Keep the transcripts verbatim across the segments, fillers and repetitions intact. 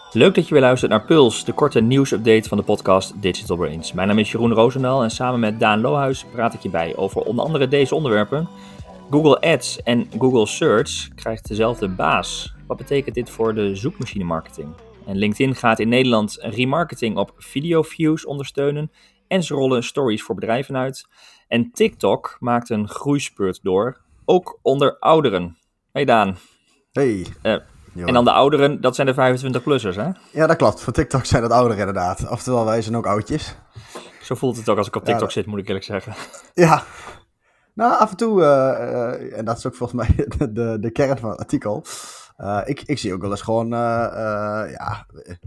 Leuk dat je weer luistert naar Puls, de korte nieuwsupdate van de podcast Digital Brains. Mijn naam is Jeroen Roosendaal en samen met Daan Lohuis praat ik je bij over onder andere deze onderwerpen. Google Ads en Google Search krijgt dezelfde baas. Wat betekent dit voor de zoekmachine marketing? En LinkedIn gaat in Nederland remarketing op video views ondersteunen en ze rollen stories voor bedrijven uit. En TikTok maakt een groeispurt door, ook onder ouderen. Hey Daan. Hey. Uh, En dan de ouderen, dat zijn de vijfentwintig-plussers, hè? Ja, dat klopt. Voor TikTok zijn dat ouderen inderdaad. Oftewel, wij zijn ook oudjes. Zo voelt het ook als ik op TikTok ja, zit, moet ik eerlijk zeggen. Ja. Nou, af en toe, uh, uh, en dat is ook volgens mij de, de kern van het artikel. Uh, ik, ik zie ook wel eens gewoon, uh, uh, ja,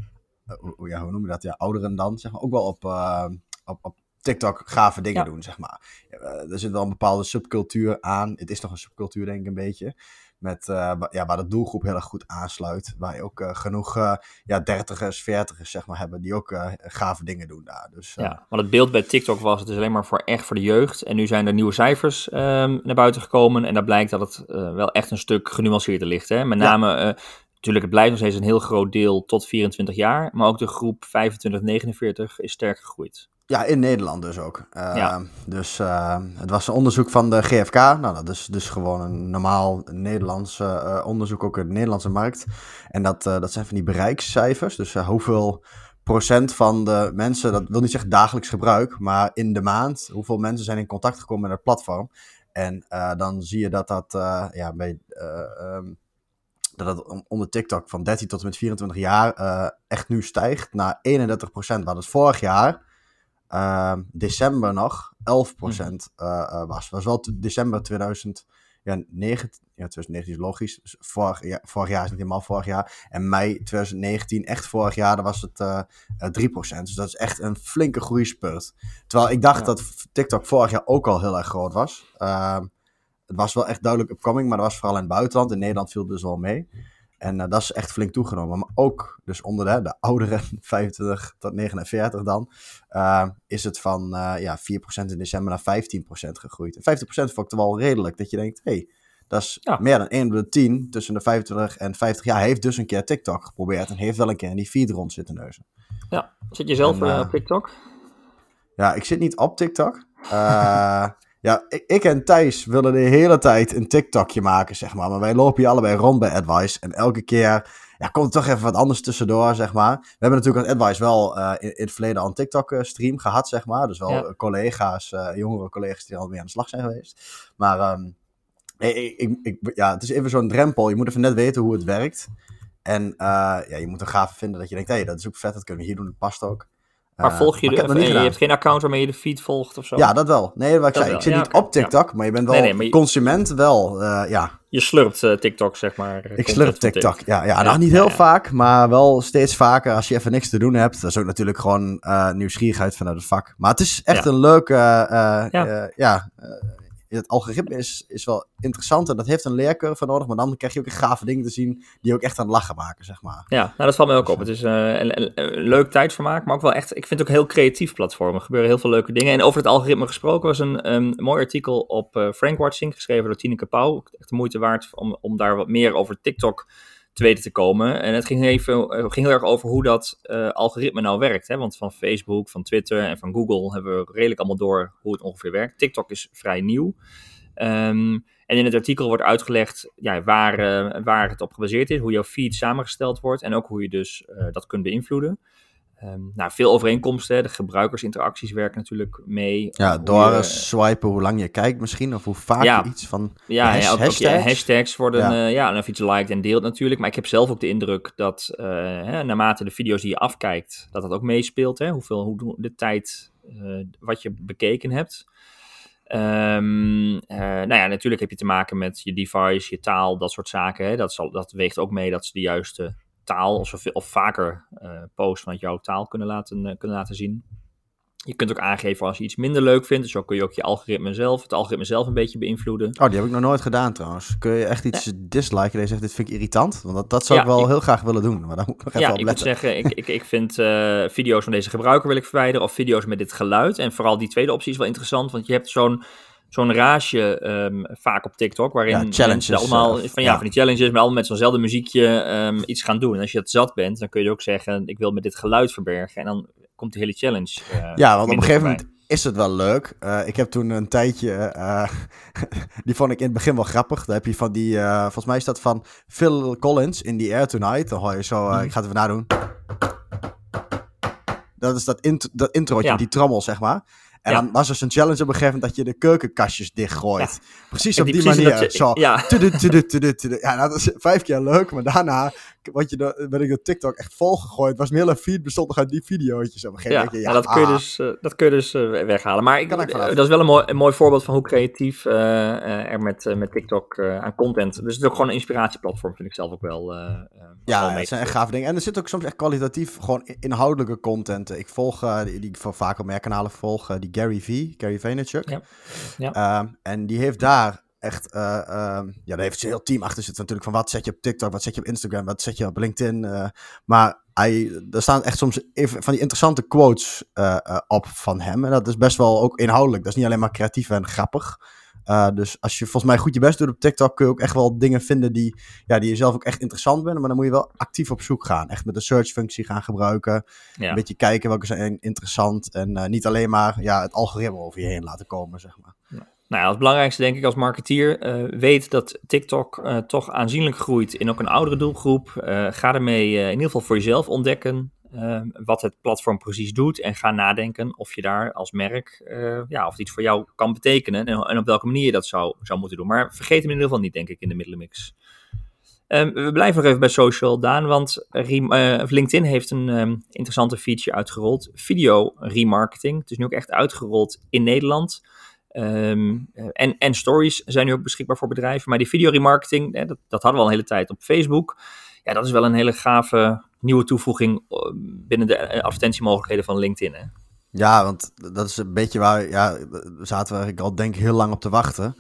uh, ja, hoe noem je dat? Ja, ouderen dan, zeg maar, ook wel op, uh, op, op TikTok gave dingen ja. doen, zeg maar. Uh, er zit wel een bepaalde subcultuur aan. Het is nog een subcultuur, denk ik, een beetje. Met, uh, ja, waar de doelgroep heel erg goed aansluit. Waar je ook uh, genoeg uh, ja, dertigers, veertigers zeg maar, hebben die ook uh, gave dingen doen daar. Dus, uh... Ja, want het beeld bij TikTok was, het is alleen maar voor echt voor de jeugd. En nu zijn er nieuwe cijfers um, naar buiten gekomen. En daar blijkt dat het uh, wel echt een stuk genuanceerder ligt. Hè? Met name, ja. uh, natuurlijk het blijft nog steeds een heel groot deel tot vierentwintig jaar. Maar ook de groep vijfentwintig tot negenenveertig is sterk gegroeid. Ja, in Nederland dus ook. Uh, ja. Dus uh, het was een onderzoek van de G F K. Nou, dat is dus gewoon een normaal Nederlands uh, onderzoek, ook in de Nederlandse markt. En dat, uh, dat zijn van die bereikscijfers. Dus uh, hoeveel procent van de mensen, dat wil niet zeggen dagelijks gebruik, maar in de maand, hoeveel mensen zijn in contact gekomen met het platform. En uh, dan zie je dat dat uh, ja, bij... Uh, um, dat het onder TikTok van dertien tot en met vierentwintig jaar uh, echt nu stijgt naar eenendertig procent. Wat het vorig jaar... Uh, december nog elf procent uh, uh, was. was wel t- december tweeduizend negentien, ja, twintig negentien is logisch. Dus vorig, ja, vorig jaar is niet helemaal vorig jaar. En mei twintig negentien, echt vorig jaar, dan was het uh, uh, drie procent. Dus dat is echt een flinke groeispurt. Terwijl ik dacht ja. dat TikTok vorig jaar ook al heel erg groot was. Uh, het was wel echt duidelijk upcoming, maar dat was vooral in het buitenland. In Nederland viel het dus wel mee. En uh, dat is echt flink toegenomen. Maar ook dus onder de, de ouderen, vijfentwintig tot negenenveertig dan, uh, is het van uh, ja, vier procent in december naar vijftien procent gegroeid. En vijftien procent vond ik wel redelijk. Dat je denkt, hé, hey, dat is ja. meer dan één op de tien tussen de vijfentwintig en vijftig jaar. Hij heeft dus een keer TikTok geprobeerd en heeft wel een keer in die feed rond zitten neuzen. Ja, zit je zelf en, uh, op TikTok? Ja, ik zit niet op TikTok. Uh, Ja, ik, ik en Thijs willen de hele tijd een TikTokje maken, zeg maar. Maar wij lopen hier allebei rond bij Advice. En elke keer ja, komt er toch even wat anders tussendoor, zeg maar. We hebben natuurlijk als Advice wel uh, in, in het verleden al een TikTok-stream gehad, zeg maar. Dus wel ja. collega's, uh, jongere collega's die al mee aan de slag zijn geweest. Maar um, ik, ik, ik, ja, het is even zo'n drempel. Je moet even net weten hoe het werkt. En uh, ja, je moet een gaaf vinden dat je denkt, hé, hey, dat is ook vet, dat kunnen we hier doen, dat past ook. Maar volg je, uh, de, je, je hebt geen account waarmee je de feed volgt of zo? Ja, dat wel. Nee, wat ik dat zei, wel. ik zit ja, niet okay. op TikTok, ja. maar je bent wel nee, nee, maar je, consument wel, uh, ja. Je slurpt uh, TikTok, zeg maar. Ik slurp TikTok, ja. ja, ja nou, niet heel ja, ja. vaak, maar wel steeds vaker als je even niks te doen hebt. Dat is ook natuurlijk gewoon uh, nieuwsgierigheid vanuit het vak. Maar het is echt ja. een leuke, uh, ja... Uh, ja uh, het algoritme is, is wel interessant en dat heeft een leercurve nodig, maar dan krijg je ook echt gave dingen te zien die ook echt aan het lachen maken, zeg maar. Ja, nou dat valt mij ook op. Het is uh, een, een, een leuk tijdvermaak, maar ook wel echt, ik vind het ook een heel creatief platform. Er gebeuren heel veel leuke dingen. En over het algoritme gesproken was een um, mooi artikel op uh, Frankwatching, geschreven door Tineke Pauw. Echt de moeite waard om, om daar wat meer over TikTok te weten te komen. En het ging, even, uh, ging heel erg over hoe dat uh, algoritme nou werkt. Hè? Want van Facebook, van Twitter en van Google hebben we redelijk allemaal door hoe het ongeveer werkt. TikTok is vrij nieuw. Um, en in het artikel wordt uitgelegd ja, waar, uh, waar het op gebaseerd is, hoe jouw feed samengesteld wordt en ook hoe je dus uh, dat kunt beïnvloeden. Um, nou, veel overeenkomsten, hè. De gebruikersinteracties werken natuurlijk mee. Ja, door je, swipen hoe lang je kijkt misschien, of hoe vaak ja, je iets van ja, hash, ja, ook, hashtags. Ook, ja, hashtags worden, ja. Uh, ja, en of je iets liked en deelt natuurlijk. Maar ik heb zelf ook de indruk dat uh, hè, naarmate de video's die je afkijkt, dat dat ook meespeelt. Hè. Hoeveel, hoe de tijd, uh, wat je bekeken hebt. Um, uh, nou ja, natuurlijk heb je te maken met je device, je taal, dat soort zaken. Hè. Dat, zal, dat weegt ook mee dat ze de juiste taal of, zoveel, of vaker uh, posts vanuit jouw taal kunnen laten, uh, kunnen laten zien. Je kunt ook aangeven als je iets minder leuk vindt. Dus zo kun je ook je algoritme zelf, het algoritme zelf een beetje beïnvloeden. Oh, die heb ik nog nooit gedaan trouwens. Kun je echt iets ja. disliken? Dat je zegt, dit vind ik irritant. Want dat, dat zou ja, ik wel ik, heel graag willen doen. Maar dan moet ik nog even ja, op letten. Ja, ik moet zeggen, ik, ik, ik vind uh, video's van deze gebruiker wil ik verwijderen. Of video's met dit geluid. En vooral die tweede optie is wel interessant. Want je hebt zo'n zo'n raasje um, vaak op TikTok, waarin ja, challenges, mensen allemaal uh, van, ja, ja. van die challenges, maar allemaal met zo'nzelfde muziekje um, iets gaan doen. En als je dat zat bent, dan kun je ook zeggen, ik wil met dit geluid verbergen. En dan komt de hele challenge uh, Ja, want op een gegeven voorbij. moment is het wel leuk. Uh, ik heb toen een tijdje, uh, die vond ik in het begin wel grappig. Dan heb je van die, uh, volgens mij is dat van Phil Collins, In the Air Tonight. Dan hoor je zo, uh, mm. ik ga het even nadoen. Dat is dat, int- dat introotje ja. met die trommel, zeg maar. En ja. dan was er zo'n challenge op een gegeven moment dat je de keukenkastjes dichtgooit. Ja. Precies op die, die precies manier. Je, zo. Ja. Tudu, tudu, tudu, tudu. Ja, dat is vijf keer leuk. Maar daarna wat je de, ben ik de TikTok echt volgegooid. Was mijn hele feed bestond nog uit die videootjes. Op een gegeven moment. Ja, ja, dat, kun je ah. dus, uh, dat kun je dus uh, weghalen. Maar ik, ik dat is wel een mooi, een mooi voorbeeld van hoe creatief uh, uh, er met, uh, met TikTok uh, aan content. Dus het is ook gewoon een inspiratieplatform, vind ik zelf ook wel. Uh, uh, ja, het zijn echt gave dingen. En er zit ook soms echt kwalitatief gewoon inhoudelijke content. Ik volg, uh, die, die ik voor vaak op mijn kanalen volg, uh, die Gary V, Gary Vaynerchuk. Ja. Ja. Uh, en die heeft daar echt, uh, uh, ja, daar heeft zijn heel team achter zitten natuurlijk. Van wat zet je op TikTok, wat zet je op Instagram, wat zet je op LinkedIn. Uh, maar hij, er staan echt soms even van die interessante quotes uh, uh, op van hem. En dat is best wel ook inhoudelijk. Dat is niet alleen maar creatief en grappig. Uh, dus als je volgens mij goed je best doet op TikTok, kun je ook echt wel dingen vinden die, ja, die je zelf ook echt interessant vinden. Maar dan moet je wel actief op zoek gaan. Echt met de search-functie gaan gebruiken. Ja. Een beetje kijken welke zijn interessant. En uh, niet alleen maar ja, het algoritme over je heen laten komen, zeg maar. Ja. Nou ja, het belangrijkste denk ik als marketeer, uh, weet dat TikTok uh, toch aanzienlijk groeit in ook een oudere doelgroep. Uh, ga ermee uh, in ieder geval voor jezelf ontdekken uh, wat het platform precies doet. En ga nadenken of je daar als merk, uh, ja, of het iets voor jou kan betekenen. En, en op welke manier je dat zou, zou moeten doen. Maar vergeet hem in ieder geval niet, denk ik, in de middelenmix. Um, we blijven nog even bij social, Daan, want re- uh, LinkedIn heeft een um, interessante feature uitgerold. Video remarketing. Het is nu ook echt uitgerold in Nederland. Um, en, en stories zijn nu ook beschikbaar voor bedrijven. Maar die video remarketing, eh, dat, dat hadden we al een hele tijd op Facebook. Ja, dat is wel een hele gave nieuwe toevoeging binnen de advertentiemogelijkheden van LinkedIn. Hè? Ja, want dat is een beetje waar, ja, zaten we eigenlijk al denk ik heel lang op te wachten.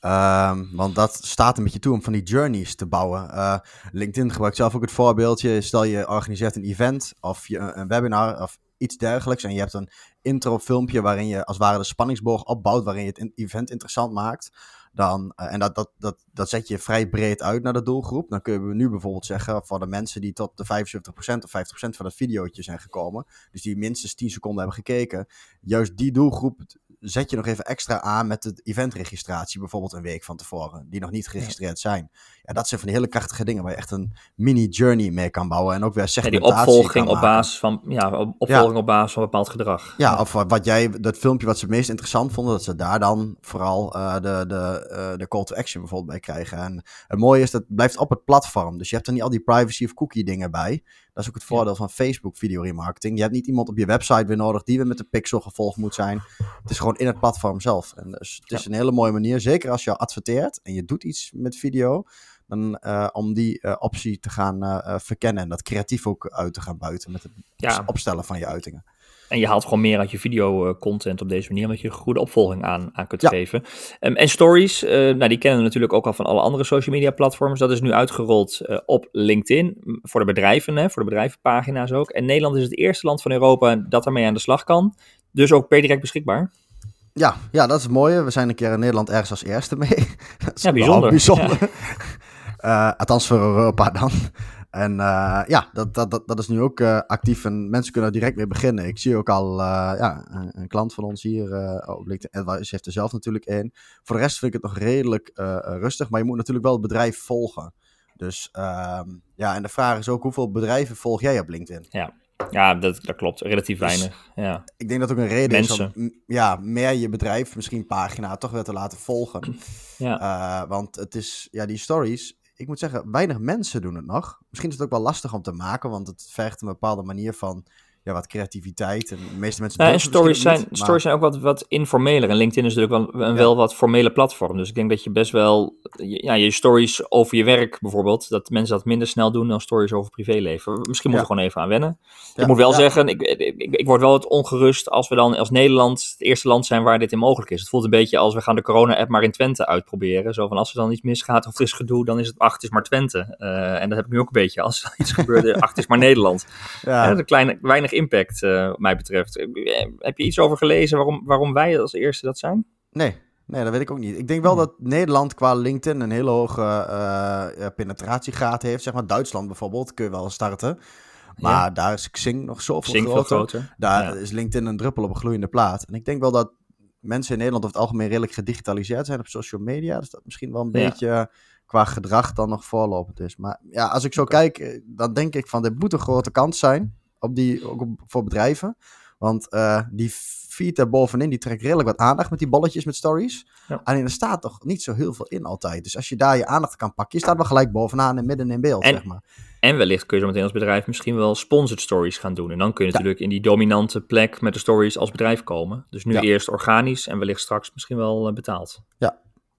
Um, want dat staat een beetje toe om van die journeys te bouwen. Uh, LinkedIn gebruikt zelf ook het voorbeeldje. Stel je organiseert een event of je, een webinar of iets dergelijks. En je hebt een intro filmpje waarin je als het ware de spanningsboog opbouwt. Waarin je het event interessant maakt. Dan, uh, en dat, dat, dat, dat zet je vrij breed uit naar de doelgroep. Dan kunnen we nu bijvoorbeeld zeggen voor de mensen die tot de vijfenzeventig procent of vijftig procent van het videootje zijn gekomen. Dus die minstens tien seconden hebben gekeken. Juist die doelgroep zet je nog even extra aan met de eventregistratie. Bijvoorbeeld een week van tevoren. Die nog niet geregistreerd zijn. Ja, dat zijn van die hele krachtige dingen waar je echt een mini-journey mee kan bouwen. En ook weer segmentatie ja, die opvolging op basis van, ja, opvolging ja. op basis van bepaald gedrag. Ja, ja, of wat jij, dat filmpje wat ze het meest interessant vonden, dat ze daar dan vooral uh, de, de, uh, de call to action bijvoorbeeld bij krijgen. En het mooie is, dat het blijft op het platform. Dus je hebt er niet al die privacy of cookie dingen bij. Dat is ook het voordeel ja. van Facebook video remarketing. Je hebt niet iemand op je website weer nodig die weer met de pixel gevolgd moet zijn. Het is gewoon in het platform zelf. En dus het is ja. een hele mooie manier, zeker als je adverteert en je doet iets met video, dan uh, om die uh, optie te gaan uh, verkennen en dat creatief ook uit te gaan buiten met het ja. opstellen van je uitingen. En je haalt gewoon meer uit je video-content op deze manier, omdat je een goede opvolging aan, aan kunt ja. geven. Um, en stories, uh, nou, die kennen we natuurlijk ook al van alle andere social media platforms. Dat is nu uitgerold uh, op LinkedIn, voor de bedrijven, hè, voor de bedrijvenpagina's ook. En Nederland is het eerste land van Europa dat ermee aan de slag kan. Dus ook per direct beschikbaar. Ja, ja, dat is het mooie. We zijn een keer in Nederland ergens als eerste mee. Dat is ja, bijzonder. bijzonder. Ja. uh, althans voor Europa dan. En uh, ja, dat, dat, dat, dat is nu ook uh, actief en mensen kunnen direct weer beginnen. Ik zie ook al uh, ja, een, een klant van ons hier uh, op LinkedIn. Ze heeft er zelf natuurlijk een. Voor de rest vind ik het nog redelijk uh, rustig, maar je moet natuurlijk wel het bedrijf volgen. Dus uh, ja, en de vraag is ook, hoeveel bedrijven volg jij op LinkedIn? Ja. Ja, dat, dat klopt. Relatief dus weinig. Ja. Ik denk dat ook een reden Mensen. is om ja, meer je bedrijf, misschien pagina, toch weer te laten volgen. Ja. Uh, want het is, ja, die stories, ik moet zeggen, weinig mensen doen het nog. Misschien is het ook wel lastig om te maken, want het vergt een bepaalde manier van ja, wat creativiteit. En de meeste mensen ja, en stories zijn, niet, maar... stories zijn ook wat, wat informeler. En LinkedIn is natuurlijk wel een ja. wel wat formele platform. Dus ik denk dat je best wel ja, je stories over je werk bijvoorbeeld, dat mensen dat minder snel doen dan stories over privéleven. Misschien moeten ja. we gewoon even aan wennen. Ja. Ik moet wel ja. zeggen, ik, ik, ik, ik word wel wat ongerust als we dan als Nederland het eerste land zijn waar dit in mogelijk is. Het voelt een beetje als we gaan de corona-app maar in Twente uitproberen. Zo van als er dan iets misgaat of er is gedoe, dan is het ach, het is maar Twente. Uh, en dat heb ik nu ook een beetje. Als er iets gebeurde, ach, het is maar Nederland. Ja. Ja, een kleine, weinig impact, uh, wat mij betreft. Heb je iets over gelezen waarom, waarom wij als eerste dat zijn? Nee, Nee, dat weet ik ook niet. Ik denk wel Hmm. dat Nederland qua LinkedIn een hele hoge uh, penetratiegraad heeft. Zeg maar Duitsland bijvoorbeeld, kun je wel starten. Maar ja. daar is Xing nog zoveel Xing groter. Veel groter. Daar ja. is LinkedIn een druppel op een gloeiende plaat. En ik denk wel dat mensen in Nederland over het algemeen redelijk gedigitaliseerd zijn op social media. Dus dat misschien wel een ja. beetje qua gedrag dan nog voorlopend is. Maar ja, als ik zo okay. kijk, dan denk ik van dit moet een grote kans zijn op die, ook op, voor bedrijven. Want uh, die feed daarbovenin, die trekt redelijk wat aandacht met die bolletjes met stories. Ja. Alleen er staat toch niet zo heel veel in altijd. Dus als je daar je aandacht kan pakken, je staat wel gelijk bovenaan en midden in beeld, en, zeg maar. En wellicht kun je zo meteen als bedrijf misschien wel sponsored stories gaan doen. En dan kun je ja. natuurlijk in die dominante plek met de stories als bedrijf komen. Dus nu ja. eerst organisch en wellicht straks misschien wel uh, betaald. Ja.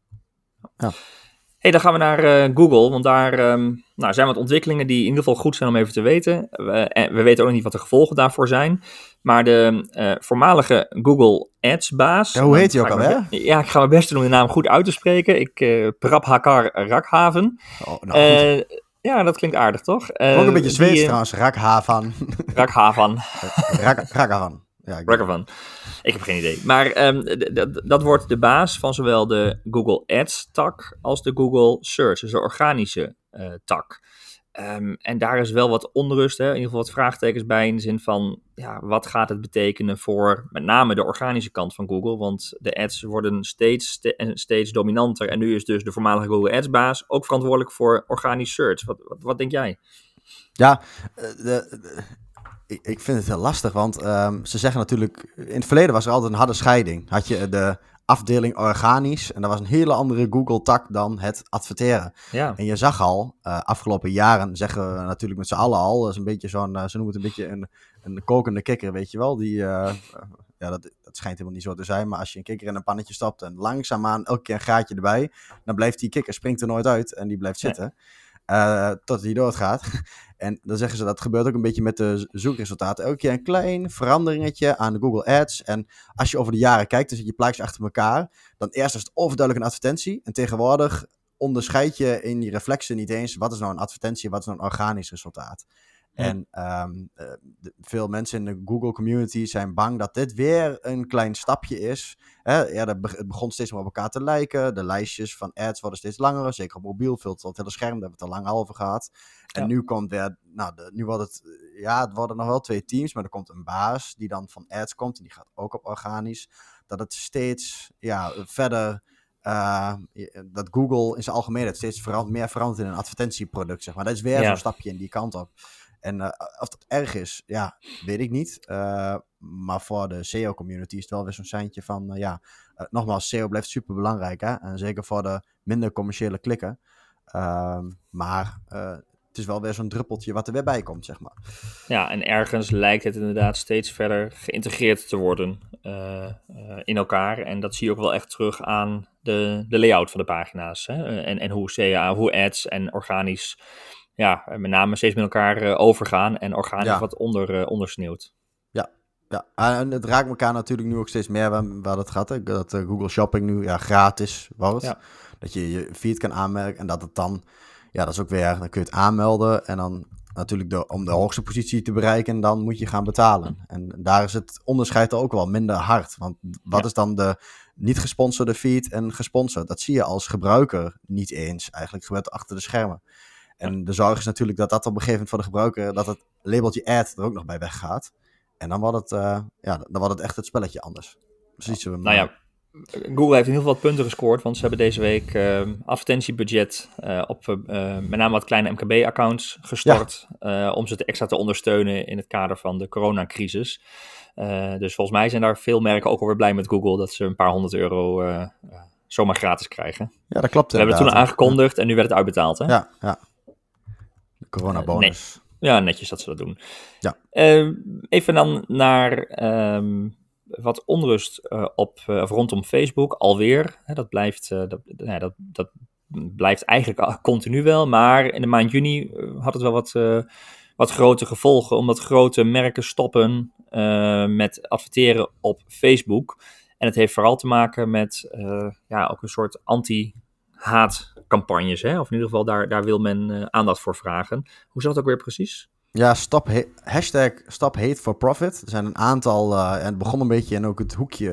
Ja. Hey, dan gaan we naar uh, Google, want daar um, nou, zijn wat ontwikkelingen die in ieder geval goed zijn om even te weten. We, we weten ook nog niet wat de gevolgen daarvoor zijn. Maar de uh, voormalige Google Ads-baas... Ja, hoe heet hij ook alweer? Ja, ik ga mijn best doen om de naam goed uit te spreken. Ik, uh, Prabhakar Rakhavan. Oh, nou, uh, ja, dat klinkt aardig, toch? Uh, ook een beetje Zweeds uh, trouwens, Rakhavan. Rakhavan. Rak- Rakhavan. Ja, ik Rakhavan. Ik heb geen idee. Maar um, d- d- dat wordt de baas van zowel de Google Ads-tak als de Google Search, dus de organische uh, tak. Um, en daar is wel wat onrust, hè? In ieder geval wat vraagtekens bij in de zin van, ja, wat gaat het betekenen voor met name de organische kant van Google? Want de ads worden steeds, ste- steeds dominanter en nu is dus de voormalige Google Ads-baas ook verantwoordelijk voor organisch search. Wat, wat, wat denk jij? Ja, de... de... Ik, ik vind het heel lastig, want um, ze zeggen natuurlijk... In het verleden was er altijd een harde scheiding. Had je de afdeling organisch en dat was een hele andere Google-tak dan het adverteren. Ja. En je zag al, uh, afgelopen jaren zeggen we natuurlijk met z'n allen al... Dat is een beetje zo'n, uh, ze noemen het een beetje een, een kokende kikker, weet je wel. Die, uh, ja, dat, dat schijnt helemaal niet zo te zijn, maar als je een kikker in een pannetje stapt... en langzaamaan elke keer een gaatje erbij... dan blijft die kikker, springt er nooit uit en die blijft zitten... Ja. Uh, tot hij doodgaat. En dan zeggen ze dat gebeurt ook een beetje met de zoekresultaten. Elke keer een klein veranderingetje aan de Google Ads. En als je over de jaren kijkt, dan zet je plaatjes achter elkaar. Dan eerst is het overduidelijk een advertentie. En tegenwoordig onderscheid je in die reflexen niet eens wat is nou een advertentie en wat is nou een organisch resultaat. Ja. En um, uh, de, veel mensen in de Google community zijn bang dat dit weer een klein stapje is. Hè? Ja, het begon steeds meer op elkaar te lijken. De lijstjes van ads worden steeds langer. Zeker op mobiel, veel tot het hele scherm. Daar hebben we het al lang over gehad. En ja. nu komt weer, nou, de, nu wordt het, ja, het worden nog wel twee teams, maar er komt een baas die dan van ads komt en die gaat ook op organisch. Dat het steeds, ja, verder, uh, dat Google in zijn algemeenheid steeds verand, meer verandert in een advertentieproduct, zeg maar. Dat is weer ja. zo'n stapje in die kant op. En uh, of dat erg is, ja, weet ik niet. Uh, maar voor de S E O-community is het wel weer zo'n seintje van, uh, ja, uh, nogmaals, S E O blijft super belangrijk, hè. En zeker voor de minder commerciële klikken. Uh, maar uh, het is wel weer zo'n druppeltje wat er weer bij komt, zeg maar. Ja, en ergens lijkt het inderdaad steeds verder geïntegreerd te worden uh, uh, in elkaar. En dat zie je ook wel echt terug aan de, de layout van de pagina's. Hè? En, en hoe, C A, hoe ads en organisch... ja, met name steeds met elkaar uh, overgaan en organisch ja. wat onder, uh, ondersneeuwt. Ja, ja, en het raakt elkaar natuurlijk nu ook steeds meer waar, waar het gaat. Hè? Dat uh, Google Shopping nu ja, gratis wordt. Ja. Dat je je feed kan aanmerken en dat het dan, ja, dat is ook weer, dan kun je het aanmelden en dan natuurlijk de, om de hoogste positie te bereiken, dan moet je gaan betalen. En daar is het onderscheid ook wel minder hard. Want wat ja. is dan de niet gesponsorde feed en gesponsord? Dat zie je als gebruiker niet eens. Eigenlijk gebeurt het achter de schermen. En ja. de zorg is natuurlijk dat dat op een gegeven moment voor de gebruiker, dat het labeltje ad er ook nog bij weggaat. En dan wordt het, uh, ja, dan wordt het echt het spelletje anders. Precies zo. Nou ja, Google heeft in ieder geval wat punten gescoord, want ze hebben deze week uh, advertentiebudget uh, op uh, met name wat kleine M K B-accounts gestort, ja. uh, om ze te extra te ondersteunen in het kader van de coronacrisis. Uh, dus volgens mij zijn daar veel merken ook alweer blij met Google dat ze een paar honderd euro uh, uh, zomaar gratis krijgen. Ja, dat klopt. We hebben het toen aangekondigd en nu werd het uitbetaald, hè? Ja, ja. De coronabonus. Uh, nee. Ja, netjes dat ze dat doen. Ja. Uh, even dan naar um, wat onrust uh, op, uh, rondom Facebook alweer. Hè, dat, blijft, uh, dat, ja, dat, dat blijft eigenlijk continu wel. Maar in de maand juni uh, had het wel wat, uh, wat grote gevolgen. Omdat grote merken stoppen uh, met adverteren op Facebook. En het heeft vooral te maken met uh, ja, ook een soort anti-haatcampagnes. Hè? Of in ieder geval, daar, daar wil men uh, aandacht voor vragen. Hoe zat dat ook weer precies? Ja, stop he- hashtag Stop Hate for Profit. Er zijn een aantal, uh, en het begon een beetje in ook het hoekje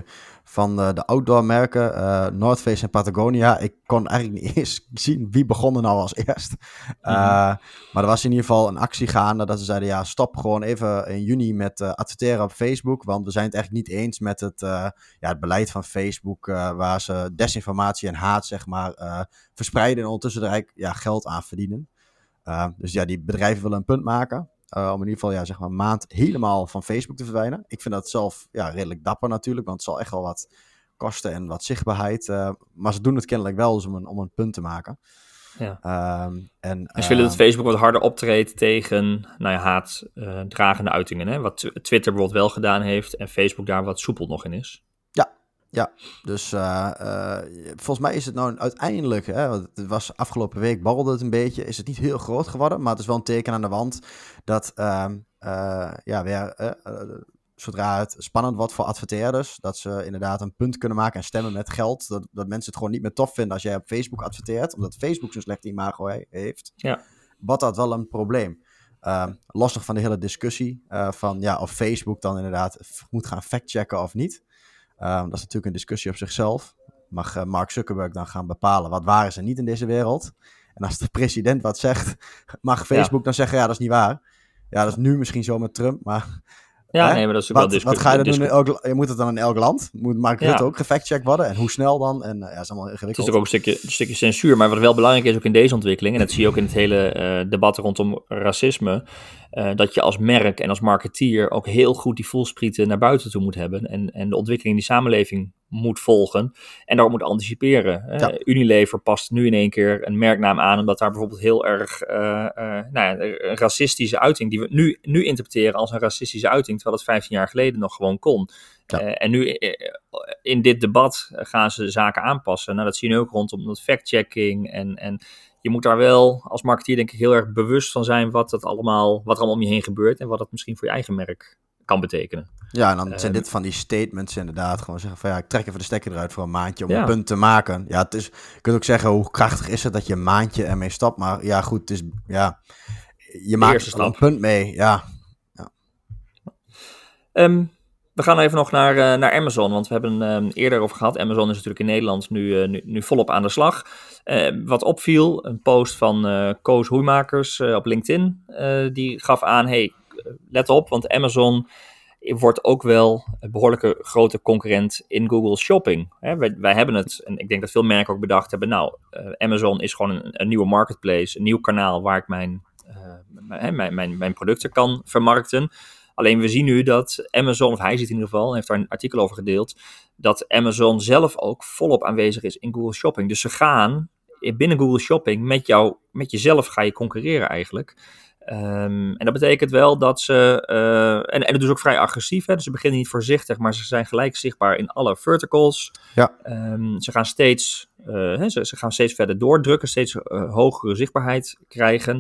van de, de outdoor merken, uh, North Face en Patagonia. Ik kon eigenlijk niet eens zien wie begon nou als eerst. Uh, mm-hmm. Maar er was in ieder geval een actie gaande dat ze zeiden, ja, stop gewoon even in juni met uh, adverteren op Facebook, want we zijn het eigenlijk niet eens met het, uh, ja, het beleid van Facebook, uh, waar ze desinformatie en haat, zeg maar, uh, verspreiden en ondertussen er eigenlijk ja, geld aan verdienen. Uh, dus ja, die bedrijven willen een punt maken. Uh, om in ieder geval ja, zeg maar een maand helemaal van Facebook te verdwijnen. Ik vind dat zelf ja, redelijk dapper natuurlijk, want het zal echt wel wat kosten en wat zichtbaarheid. Uh, maar ze doen het kennelijk wel dus om een, om een punt te maken. Ja. Uh, en, en ze willen dat Facebook wat harder optreedt tegen nou ja, haatdragende uh, uitingen. Hè? Wat t- Twitter bijvoorbeeld wel gedaan heeft en Facebook daar wat soepel nog in is. Ja, ja. Dus uh, uh, volgens mij is het nou uiteindelijk, hè, want het was afgelopen week, borrelde het een beetje, is het niet heel groot geworden, maar het is wel een teken aan de wand dat uh, uh, ja, weer, uh, uh, zodra het spannend wordt voor adverteerders, dat ze inderdaad een punt kunnen maken en stemmen met geld, dat, dat mensen het gewoon niet meer tof vinden als jij op Facebook adverteert, omdat Facebook zo'n slecht imago he- heeft, ja. wordt dat wel een probleem. Uh, los nog van de hele discussie uh, van ja, of Facebook dan inderdaad moet gaan factchecken of niet. Uh, dat is natuurlijk een discussie op zichzelf. Mag uh, Mark Zuckerberg dan gaan bepalen wat waar is en niet in deze wereld. En als de president wat zegt, mag Facebook ja. dan zeggen, ja, dat is niet waar. Ja, dat is nu misschien zo met Trump, maar... Ja, hè? nee, maar dat is ook wat, wel discussie. Wat ga je dan doen in elk, je moet het dan in elk land? Moet Mark Rutte ja. ook gefactcheckt worden? En hoe snel dan? En uh, ja, dat is allemaal ingewikkeld. Het is ook een stukje, een stukje censuur, maar wat wel belangrijk is ook in deze ontwikkeling, en dat zie je ook in het hele uh, debat rondom racisme, uh, dat je als merk en als marketeer ook heel goed die voelsprieten naar buiten toe moet hebben en, en de ontwikkeling in die samenleving moet volgen en daarop moet anticiperen. Ja. Uh, Unilever past nu in één keer een merknaam aan, omdat daar bijvoorbeeld heel erg uh, uh, nou ja, een racistische uiting, die we nu, nu interpreteren als een racistische uiting, terwijl het vijftien jaar geleden nog gewoon kon. Ja. Uh, en nu uh, in dit debat gaan ze zaken aanpassen. Nou, dat zie je ook rondom dat fact-checking. En, en je moet daar wel als marketeer denk ik heel erg bewust van zijn wat, dat allemaal, wat er allemaal om je heen gebeurt. En wat dat misschien voor je eigen merk kan betekenen. Ja, en dan zijn um, dit van die statements inderdaad. Gewoon zeggen van ja, ik trek even de stekker eruit voor een maandje om ja. een punt te maken. Ja, het is, je kunt ook zeggen hoe krachtig is het dat je een maandje ermee stapt. Maar ja, goed, het is, ja, je maakt er een punt mee. Ja. ja. Um, We gaan even nog naar, uh, naar Amazon, want we hebben um, eerder over gehad. Amazon is natuurlijk in Nederland nu, uh, nu, nu volop aan de slag. Uh, wat opviel, een post van uh, Koos Hoeimakers uh, op LinkedIn, uh, die gaf aan, hey, let op, want Amazon wordt ook wel een behoorlijke grote concurrent in Google Shopping. Hè, wij, wij hebben het, en ik denk dat veel merken ook bedacht hebben, nou, uh, Amazon is gewoon een, een nieuwe marketplace, een nieuw kanaal waar ik mijn, uh, mijn, mijn, mijn, mijn producten kan vermarkten. Alleen we zien nu dat Amazon, of hij ziet in ieder geval, heeft daar een artikel over gedeeld, dat Amazon zelf ook volop aanwezig is in Google Shopping. Dus ze gaan binnen Google Shopping met jou, met jezelf ga je concurreren eigenlijk. Um, en dat betekent wel dat ze, uh, en, en dat is ook vrij agressief, hè? Dus ze beginnen niet voorzichtig, maar ze zijn gelijk zichtbaar in alle verticals. Ja. Um, ze gaan steeds, uh, hè, ze, ze gaan steeds verder doordrukken, steeds uh, hogere zichtbaarheid krijgen.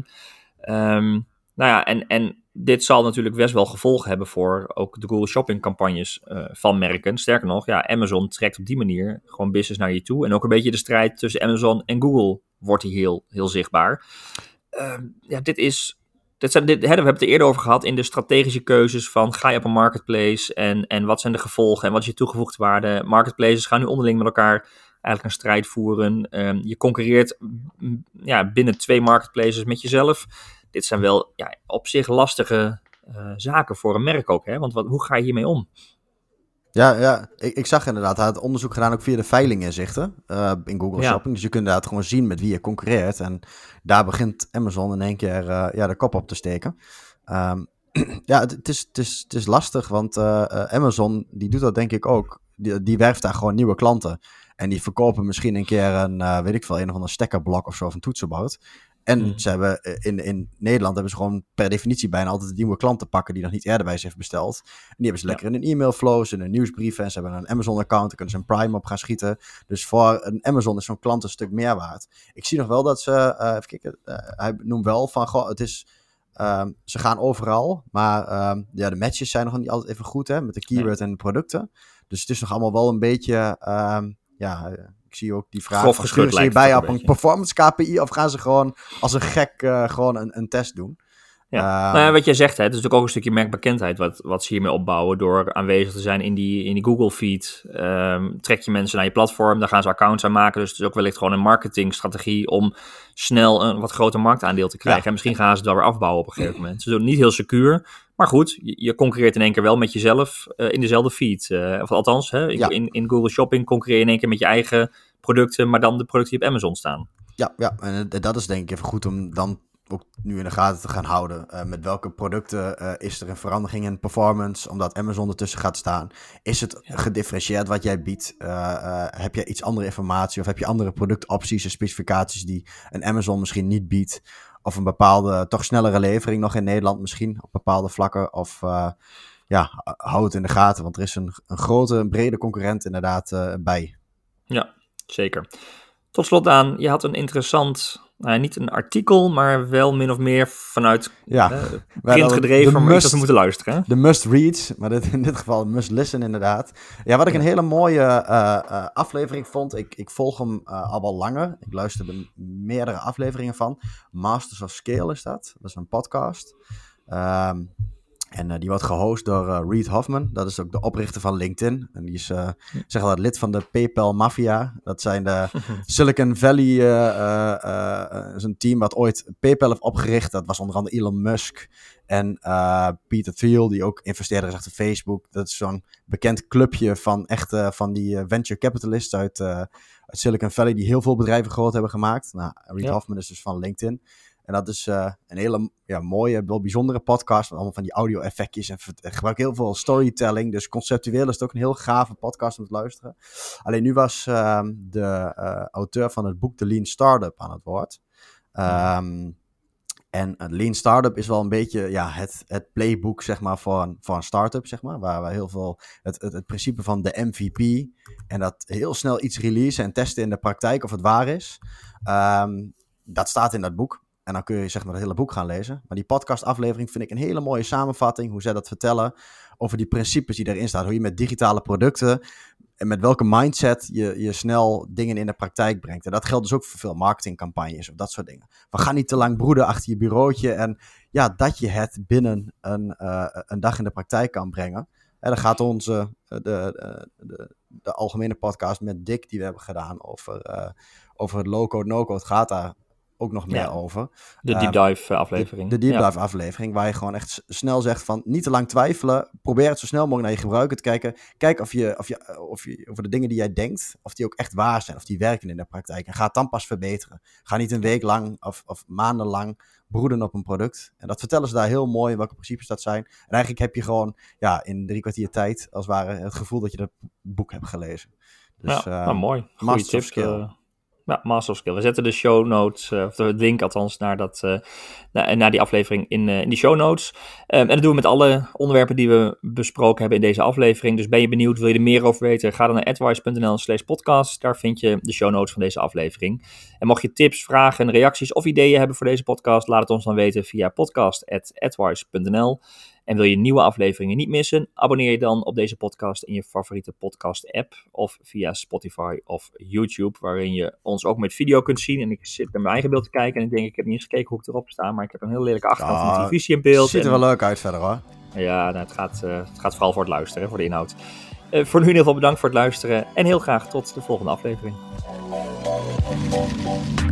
Um, nou ja, en, en dit zal natuurlijk best wel gevolgen hebben voor ook de Google Shopping campagnes uh, van merken. Sterker nog, ja, Amazon trekt op die manier gewoon business naar je toe. En ook een beetje de strijd tussen Amazon en Google wordt hier heel, heel zichtbaar. Uh, ja, dit is, dit zijn, dit, hè, we hebben het er eerder over gehad in de strategische keuzes van ga je op een marketplace en, en wat zijn de gevolgen en wat is je toegevoegde waarde. Marketplaces gaan nu onderling met elkaar eigenlijk een strijd voeren. Um, je concurreert ja, binnen twee marketplaces met jezelf. Dit zijn wel ja, op zich lastige uh, zaken voor een merk ook, hè? Want wat, hoe ga je hiermee om? Ja, ja ik, ik zag inderdaad, hij had onderzoek gedaan ook via de veilinginzichten uh, in Google ja. Shopping. Dus je kunt inderdaad gewoon zien met wie je concurreert. En daar begint Amazon in één keer uh, ja, de kop op te steken. Um, ja, het, het, is, het, is, het is lastig, want uh, uh, Amazon, die doet dat denk ik ook. Die, die werft daar gewoon nieuwe klanten. En die verkopen misschien een keer een, uh, weet ik veel, een of ander stekkerblok of zo, of een toetsenbord. En mm. ze hebben in, in Nederland hebben ze gewoon per definitie bijna altijd nieuwe klanten pakken die nog niet eerder bij ze heeft besteld. En die hebben ze lekker ja. in hun e-mailflows, in hun nieuwsbrieven. En ze hebben een Amazon-account, daar kunnen ze een Prime op gaan schieten. Dus voor een Amazon is zo'n klant een stuk meer waard. Ik zie nog wel dat ze, uh, even kijken, uh, hij noemt wel van, goh, het is, uh, ze gaan overal. Maar uh, ja, de matches zijn nog niet altijd even goed, hè, met de keyword nee. en de producten. Dus het is nog allemaal wel een beetje, uh, ja... Ik zie ook die vraag, sturen ze hierbij op een, een performance K P I of gaan ze gewoon als een gek uh, gewoon een, een test doen? Ja. Uh, nou ja, wat jij zegt, hè, het is natuurlijk ook een stukje merkbekendheid wat, wat ze hiermee opbouwen door aanwezig te zijn in die, in die Google feed. Um, trek je mensen naar je platform, daar gaan ze accounts aan maken. Dus het is ook wellicht gewoon een marketingstrategie om snel een wat groter marktaandeel te krijgen. Ja. En misschien gaan ze het wel weer afbouwen op een gegeven moment. Ze doen het niet heel secuur, maar goed, je, je concurreert in één keer wel met jezelf uh, in dezelfde feed. Uh, of althans, hè, in, ja. in, in Google Shopping concurreer je in één keer met je eigen producten, maar dan de producten die op Amazon staan. Ja, ja, en dat is denk ik even goed om dan ook nu in de gaten te gaan houden. Uh, met welke producten uh, is er een verandering in performance, omdat Amazon ertussen gaat staan? Is het ja. gedifferentieerd wat jij biedt? Uh, uh, heb je iets andere informatie of heb je andere productopties en specificaties die een Amazon misschien niet biedt? Of een bepaalde, toch snellere levering nog in Nederland misschien, op bepaalde vlakken? Of uh, ja, hou het in de gaten, want er is een, een grote, een brede concurrent inderdaad uh, bij. Ja, zeker. Tot slot, Daan, je had een interessant, nou, niet een artikel, maar wel min of meer vanuit ja, uh, print gedreven, maar must, dat we moeten luisteren. De must read, maar dit, in dit geval must listen inderdaad. Ja, wat ik een hele mooie uh, uh, aflevering vond, ik, ik volg hem uh, al wel langer. Ik luister er meerdere afleveringen van. Masters of Scale is dat, dat is een podcast. Um, En uh, die wordt gehost door uh, Reid Hoffman. Dat is ook de oprichter van LinkedIn. En die is, uh, zeg maar, lid van de PayPal Mafia. Dat zijn de Silicon Valley, uh, uh, uh, is een team wat ooit PayPal heeft opgericht. Dat was onder andere Elon Musk en uh, Peter Thiel, die ook investeerder is achter Facebook. Dat is zo'n bekend clubje van echte, van die uh, venture capitalists uit, uh, uit Silicon Valley, die heel veel bedrijven groot hebben gemaakt. Nou, Reid ja. Hoffman is dus van LinkedIn. En dat is uh, een hele ja, mooie, wel bijzondere podcast. Met allemaal van die audio-effectjes. En gebruik heel veel storytelling. Dus conceptueel is het ook een heel gave podcast om te luisteren. Alleen nu was uh, de uh, auteur van het boek The Lean Startup aan het woord. Um, en uh, Lean Startup is wel een beetje ja, het, het playbook zeg maar, voor, een, voor een start-up. Zeg maar, waar we heel veel het, het, het principe van de M V P. En dat heel snel iets releasen en testen in de praktijk of het waar is. Um, dat staat in dat boek. En dan kun je zeg maar het hele boek gaan lezen. Maar die podcastaflevering vind ik een hele mooie samenvatting. Hoe zij dat vertellen over die principes die erin staan. Hoe je met digitale producten en met welke mindset je, je snel dingen in de praktijk brengt. En dat geldt dus ook voor veel marketingcampagnes of dat soort dingen. We gaan niet te lang broeden achter je bureautje. En ja, dat je het binnen een, uh, een dag in de praktijk kan brengen. En dan gaat onze, de, de, de, de algemene podcast met Dick die we hebben gedaan over, uh, over het low-code, no-code gaat daar ook nog meer ja, over. De deep dive uh, aflevering. De, de deep dive ja. aflevering, waar je gewoon echt s- snel zegt van niet te lang twijfelen. Probeer het zo snel mogelijk naar je gebruiker te kijken. Kijk of je, of je, of je over de dingen die jij denkt, of die ook echt waar zijn, of die werken in de praktijk. En ga het dan pas verbeteren. Ga niet een week lang of, of maandenlang broeden op een product. En dat vertellen ze daar heel mooi, welke principes dat zijn. En eigenlijk heb je gewoon ja, in drie kwartier tijd, als het ware, het gevoel dat je dat boek hebt gelezen. Dus, ja, uh, nou, mooi. Goeie tips. Uh... Ja, Master of Skill. We zetten de show notes, uh, of de link althans, naar, dat, uh, naar, naar die aflevering in, uh, in die show notes. Um, en dat doen we met alle onderwerpen die we besproken hebben in deze aflevering. Dus ben je benieuwd, wil je er meer over weten? Ga dan naar advice.nl slash podcast. Daar vind je de show notes van deze aflevering. En mocht je tips, vragen, reacties of ideeën hebben voor deze podcast, laat het ons dan weten via podcast at advice punt n l. En wil je nieuwe afleveringen niet missen? Abonneer je dan op deze podcast in je favoriete podcast-app of via Spotify of YouTube, waarin je ons ook met video kunt zien. En ik zit naar mijn eigen beeld te kijken en ik denk, ik heb niet eens gekeken hoe ik erop sta, maar ik heb een heel lelijke achterkant ja, van de televisie in beeld. Het ziet er en... wel leuk uit verder hoor. Ja, nou, het, gaat, uh, het gaat vooral voor het luisteren, voor de inhoud. Uh, voor nu in ieder geval bedankt voor het luisteren en heel graag tot de volgende aflevering.